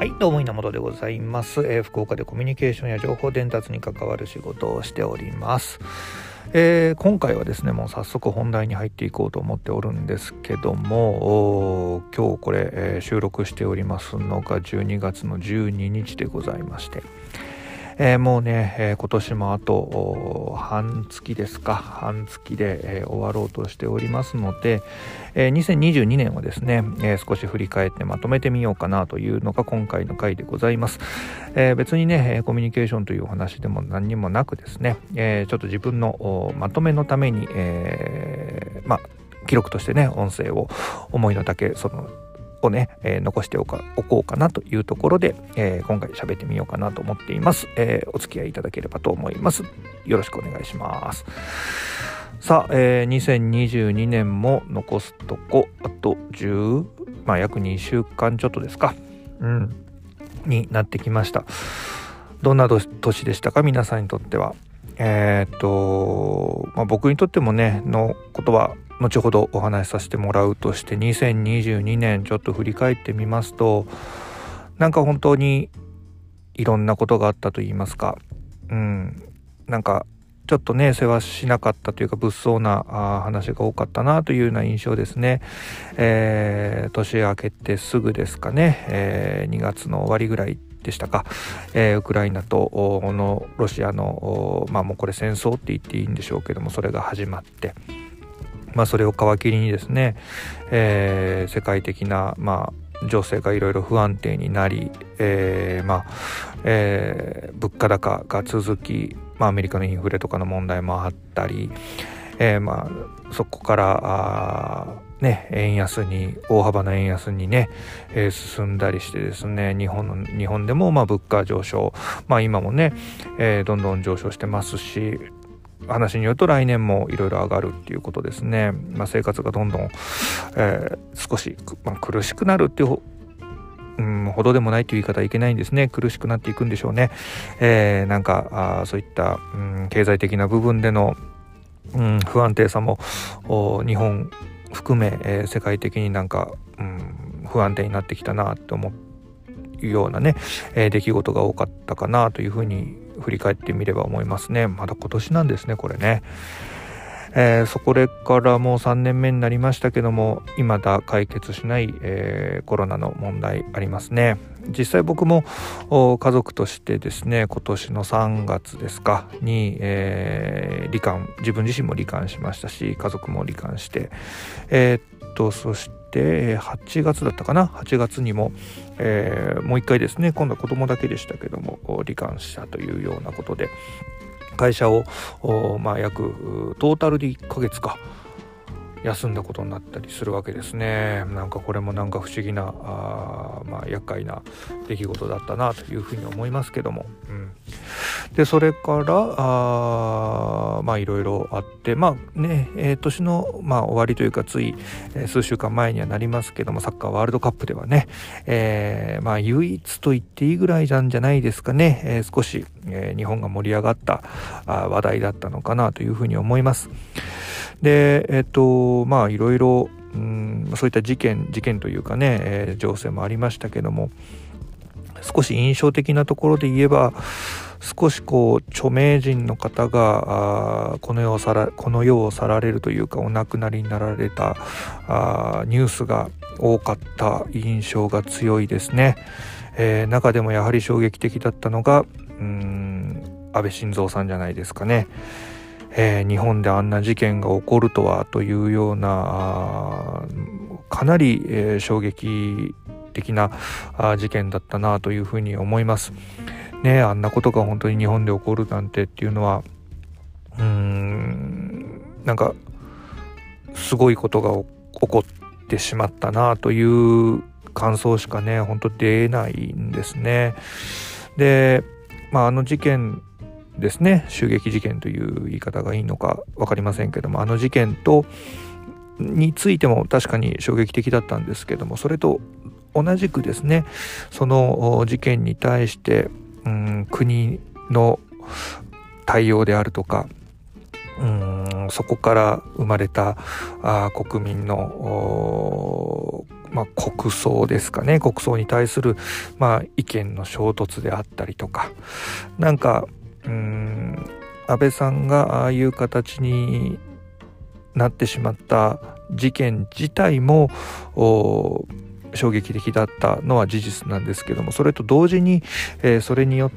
はい、どうも稲本でございます。福岡でコミュニケーションや情報伝達に関わる仕事をしております。今回はですね、もう早速本題に入っていこうと思っておるんですけども、今日これ、収録しておりますのが12月の12日でございまして、もうね、今年もあと半月ですか、半月で、終わろうとしておりますので、2022年をですね、少し振り返ってまとめてみようかなというのが今回の回でございます。別にね、コミュニケーションというお話でも何にもなくですね、ちょっと自分のまとめのために、記録としてね、音声を思いの丈をね、残しておこうかなというところで、今回喋ってみようかなと思っています。お付き合いいただければと思います。よろしくお願いします。さあ、2022年も残すとこあと約2週間ちょっとですか、になってきました。どんな年でしたか、皆さんにとっては。僕にとってもねのことは後ほどお話しさせてもらうとして、2022年ちょっと振り返ってみますと、なんか本当にいろんなことがあったと言いますか、なんかちょっとね世話しなかったというか物騒な話が多かったなというような印象ですね。年明けてすぐですかね、2月の終わりぐらいでしたか、ウクライナとのロシアのもうこれ戦争って言っていいんでしょうけども、それが始まって、それを皮切りにですね、世界的な情勢がいろいろ不安定になり、物価高が続き、アメリカのインフレとかの問題もあったり、そこから大幅な円安にね、進んだりしてですね、日本でも物価上昇、今もね、どんどん上昇してますし、話によると来年もいろいろ上がるっていうことですね。生活がどんどん、少し、苦しくなるっていうほどでもないという言い方はいけないんですね。苦しくなっていくんでしょうね。そういった、経済的な部分での、不安定さも日本含め、世界的に不安定になってきたなと思うようなね、出来事が多かったかなというふうに振り返ってみれば思いますね。まだ今年なんですね、これね。それからもう3年目になりましたけども、未だ解決しない、コロナの問題ありますね。実際僕も家族としてですね、今年の3月ですかに、自分自身も罹患しましたし、家族も罹患して、そして8月だったかな、8月にも、もう一回ですね、今度は子供だけでしたけども罹患したというようなことで、会社を約トータルで1ヶ月か休んだことになったりするわけですね。これも不思議な厄介な出来事だったなというふうに思いますけども、でそれからいろいろあって、年の終わりというか、つい数週間前にはなりますけども、サッカーワールドカップではね、唯一と言っていいぐらいなんじゃないですかね、少し、日本が盛り上がった話題だったのかなというふうに思います。でいろいろそういった事件というかね、情勢もありましたけども、少し印象的なところで言えば、少し著名人の方がこの世を去られるというか、お亡くなりになられたニュースが多かった印象が強いですね。中でもやはり衝撃的だったのが安倍晋三さんじゃないですかね。日本であんな事件が起こるとはというようなかなり、衝撃的な事件だったなというふうに思いますね。あんなことが本当に日本で起こるなんてっていうのはすごいことが起こってしまったなという感想しかね本当出ないんですね。であの事件ですね、襲撃事件という言い方がいいのか分かりませんけども、あの事件についても確かに衝撃的だったんですけども、それと同じくですね、その事件に対して国の対応であるとか、そこから生まれた国民の国葬ですかね。国葬に対する、意見の衝突であったりとか、安倍さんがああいう形になってしまった事件自体も衝撃的だったのは事実なんですけども、それと同時に、それによって、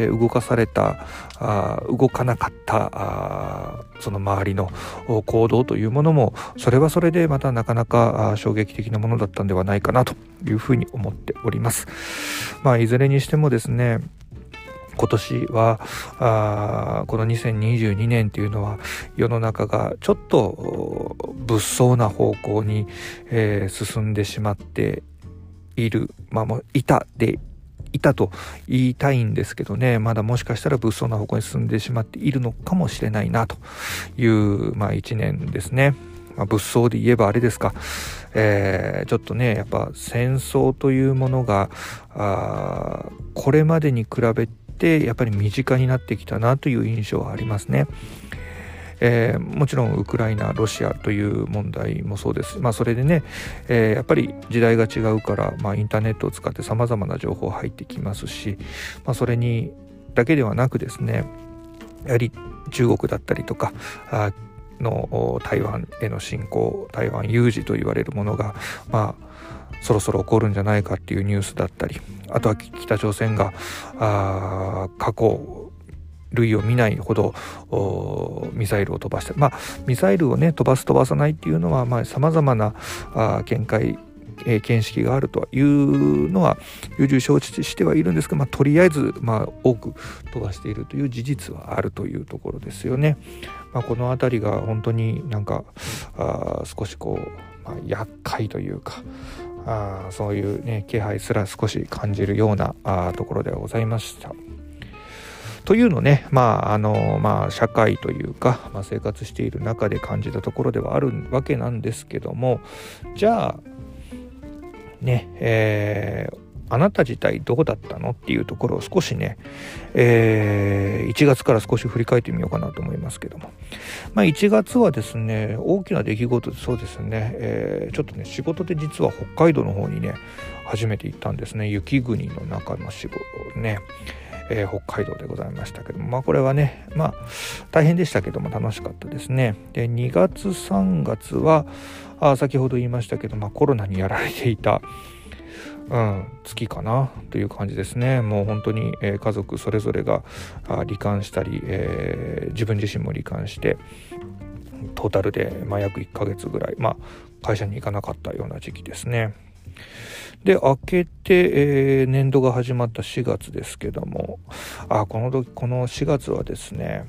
動かなかったその周りの行動というものも、それはそれでまたなかなか衝撃的なものだったんではないかなというふうに思っております。いずれにしてもですね、今年はこの2022年というのは世の中がちょっと物騒な方向に、進んでしまっている、もういたと言いたいんですけどね、まだもしかしたら物騒な方向に進んでしまっているのかもしれないなという、一年ですね。物騒で言えばあれですか、ちょっとね、やっぱ戦争というものがこれまでに比べてやっぱり身近になってきたなという印象はありますね。もちろんウクライナロシアという問題もそうです。それでね、やっぱり時代が違うから、インターネットを使ってさまざまな情報入ってきますし、それにだけではなくですね、やはり中国だったりとかの台湾への侵攻、台湾有事と言われるものがそろそろ起こるんじゃないかっていうニュースだったり、あとは北朝鮮が過去類を見ないほどミサイルを飛ばして、ミサイルをね飛ばさないっていうのはさまざまな見識があるというのは重々承知してはいるんですが、とりあえず多く飛ばしているという事実はあるというところですよね。このあたりが本当に少し厄介というか、そういうね気配すら少し感じるようなところではございました。というのね、社会というか、生活している中で感じたところではあるわけなんですけども、じゃあね、あなた自体どうだったのっていうところを少しね、1月から少し振り返ってみようかなと思いますけども、1月はですね、大きな出来事でそうですね、ちょっとね仕事で実は北海道の方にね初めて行ったんですね。雪国の中の仕事ね、北海道でございましたけども、これはね大変でしたけども楽しかったですね。で2月3月は先ほど言いましたけど、コロナにやられていた月かなという感じですね。もう本当に、家族それぞれが罹患したり、自分自身も罹患してトータルで、約1ヶ月ぐらい、会社に行かなかったような時期ですね。で明けて、年度が始まった4月ですけども、この4月はですね、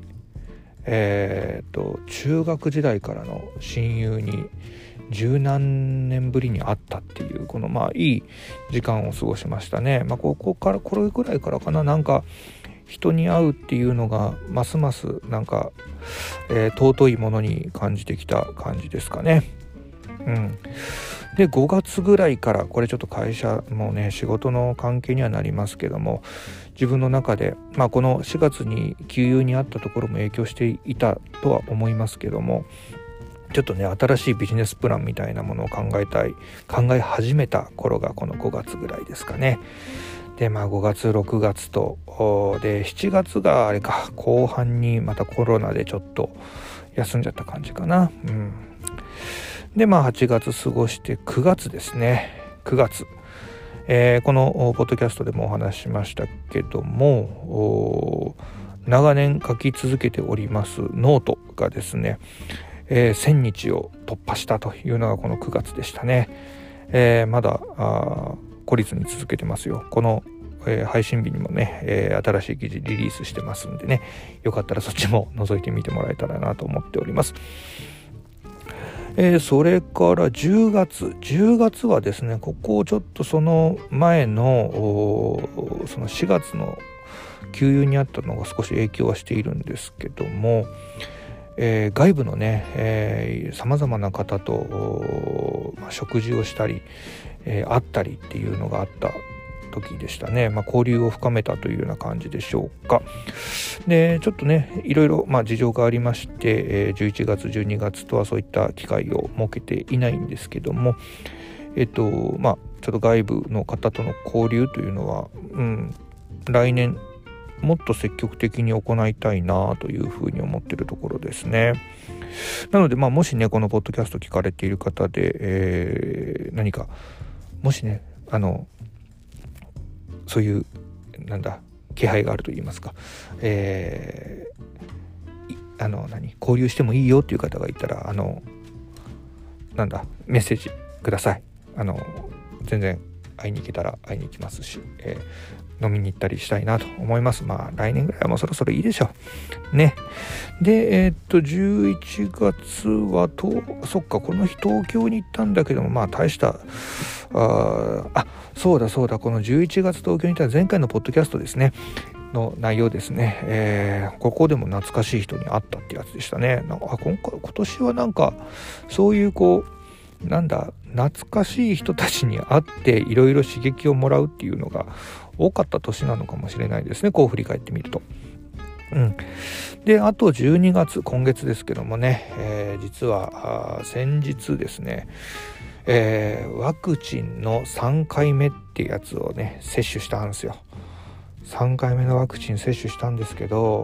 中学時代からの親友に十何年ぶりに会ったっていう、このいい時間を過ごしましたね。これぐらいからかな、人に会うっていうのがますます尊いものに感じてきた感じですかね。で5月ぐらいから、これちょっと会社もね仕事の関係にはなりますけども、自分の中でこの4月に給油にあったところも影響していたとは思いますけども、ちょっとね新しいビジネスプランみたいなものを考え始めた頃がこの5月ぐらいですかね。で5月6月とで7月があれか、後半にまたコロナでちょっと休んじゃった感じかな。で8月過ごして9月ですね。9月、このポッドキャストでもお話ししましたけども、長年書き続けておりますノートがですね、1000日を突破したというのがこの9月でしたね。まだ孤立に続けてますよ。この、配信日にもね、新しい記事リリースしてますんでね、よかったらそっちも覗いてみてもらえたらなと思っております。それから10月はですね、ここをちょっとその前のその4月の給油にあったのが少し影響はしているんですけども、外部のねさまざまな方と、食事をしたり、会ったりっていうのがあった時でしたね。交流を深めたというような感じでしょうか。でちょっとねいろいろ事情がありまして、11月12月とはそういった機会を設けていないんですけども、 ちょっと外部の方との交流というのは、来年もっと積極的に行いたいなというふうに思っているところですね。なのでもしねこのポッドキャスト聞かれている方で、何かもしねそういう気配があるといいますか、交流してもいいよっていう方がいたらメッセージください。全然会いに行けたら会いに行きますし、飲みに行ったりしたいなと思います。来年ぐらいはもうそろそろいいでしょうね。で11月はこの日東京に行ったんだけども大したそうだこの11月東京に行った前回のポッドキャストですねの内容ですね、ここでも懐かしい人に会ったってやつでしたね。今年はそういう懐かしい人たちに会っていろいろ刺激をもらうっていうのが多かった年なのかもしれないですね、こう振り返ってみると。であと12月今月ですけどもね、実は先日ですね、ワクチンの3回目ってやつをね接種したんですよ。3回目のワクチン接種したんですけど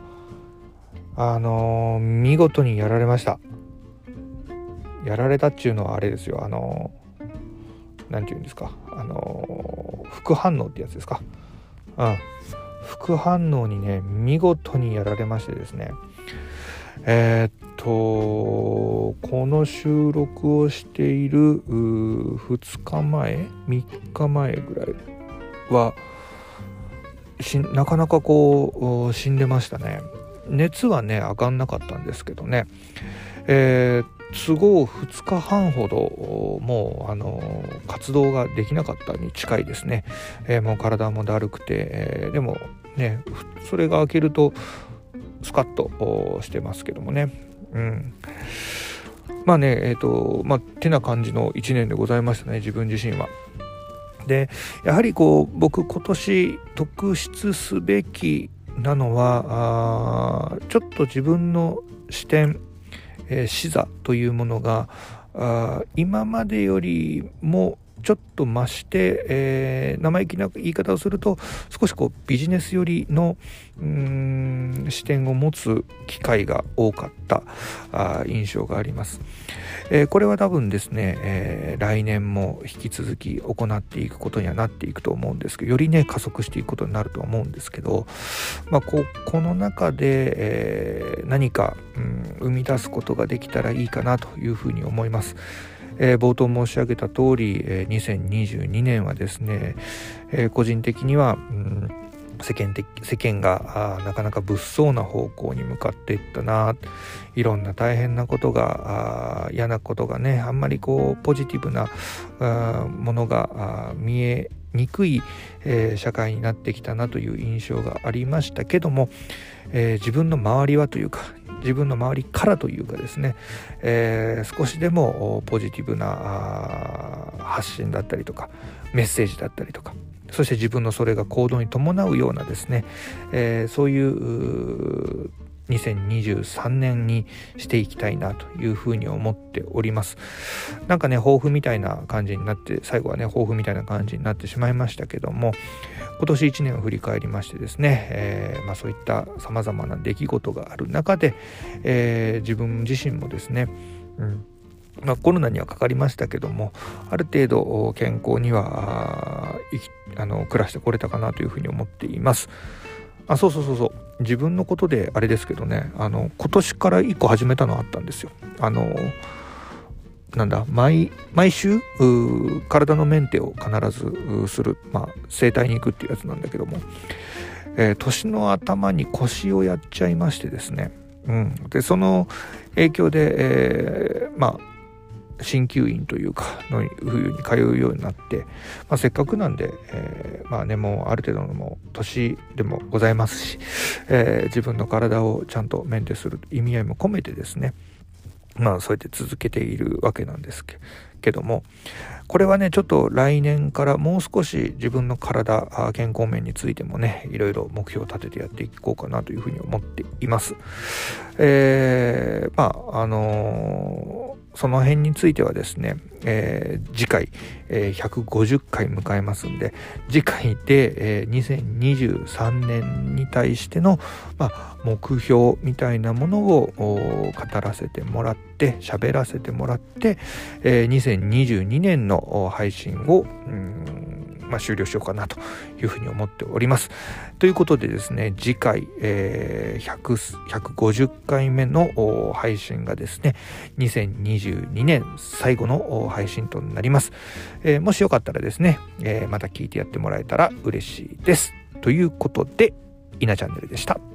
見事にやられました。やられたっていうのはあれですよ、なんていうんですか、副反応ってやつですか。副反応にね見事にやられましてですね、この収録をしている2日前3日前ぐらいはなかなか死んでましたね。熱はね上がんなかったんですけどね、都合2日半ほどもう活動ができなかったに近いですね。もう体もだるくて、でもねそれが明けるとスカッとしてますけどもね。てな感じの1年でございましたね、自分自身は。でやはり僕今年特筆すべきなのはちょっと自分の視点、視座というものが今までよりもちょっと増して、生意気な言い方をすると少しビジネス寄りの視点を持つ機会が多かった印象があります。これは多分ですね、来年も引き続き行っていくことにはなっていくと思うんですけど、よりね加速していくことになると思うんですけど、この中で、何か、生み出すことができたらいいかなというふうに思います。冒頭申し上げた通り、2022年はですね、個人的には、世間がなかなか物騒な方向に向かっていったな、いろんな大変なことが嫌なことがねあんまりポジティブなものが見えにくい、社会になってきたなという印象がありましたけども、自分の周りはというか自分の周りからというかですね、少しでもポジティブな発信だったりとかメッセージだったりとか、そして自分のそれが行動に伴うようなですね、そういう2023年にしていきたいなというふうに思っております。なんかね抱負みたいな感じになって、最後はね抱負みたいな感じになってしまいましたけども、今年1年を振り返りましてですね、そういったさまざまな出来事がある中で、自分自身もですね、コロナにはかかりましたけども、ある程度健康には暮らしてこれたかなというふうに思っています。そう自分のことであれですけどね、今年から1個始めたのあったんですよ。毎週体のメンテを必ずする、整体に行くっていうやつなんだけども、年の頭に腰をやっちゃいましてですね、でその影響で、鍼灸院というかの冬に通うようになって、せっかくなんで、もうある程度のもう年でもございますし、自分の体をちゃんとメンテする意味合いも込めてですね、そうやって続けているわけなんですけども、これはねちょっと来年からもう少し自分の体健康面についてもねいろいろ目標を立ててやっていこうかなというふうに思っています。 その辺についてはですね、次回、150回迎えますんで、次回で、2023年に対しての、目標みたいなものを語らせてもらって、喋らせてもらって、2022年の配信を終了しようかなというふうに思っております。ということでですね、次回、150回目の配信がですね、2022年最後の配信となります。もしよかったらですね、また聞いてやってもらえたら嬉しいです。ということで、稲チャンネルでした。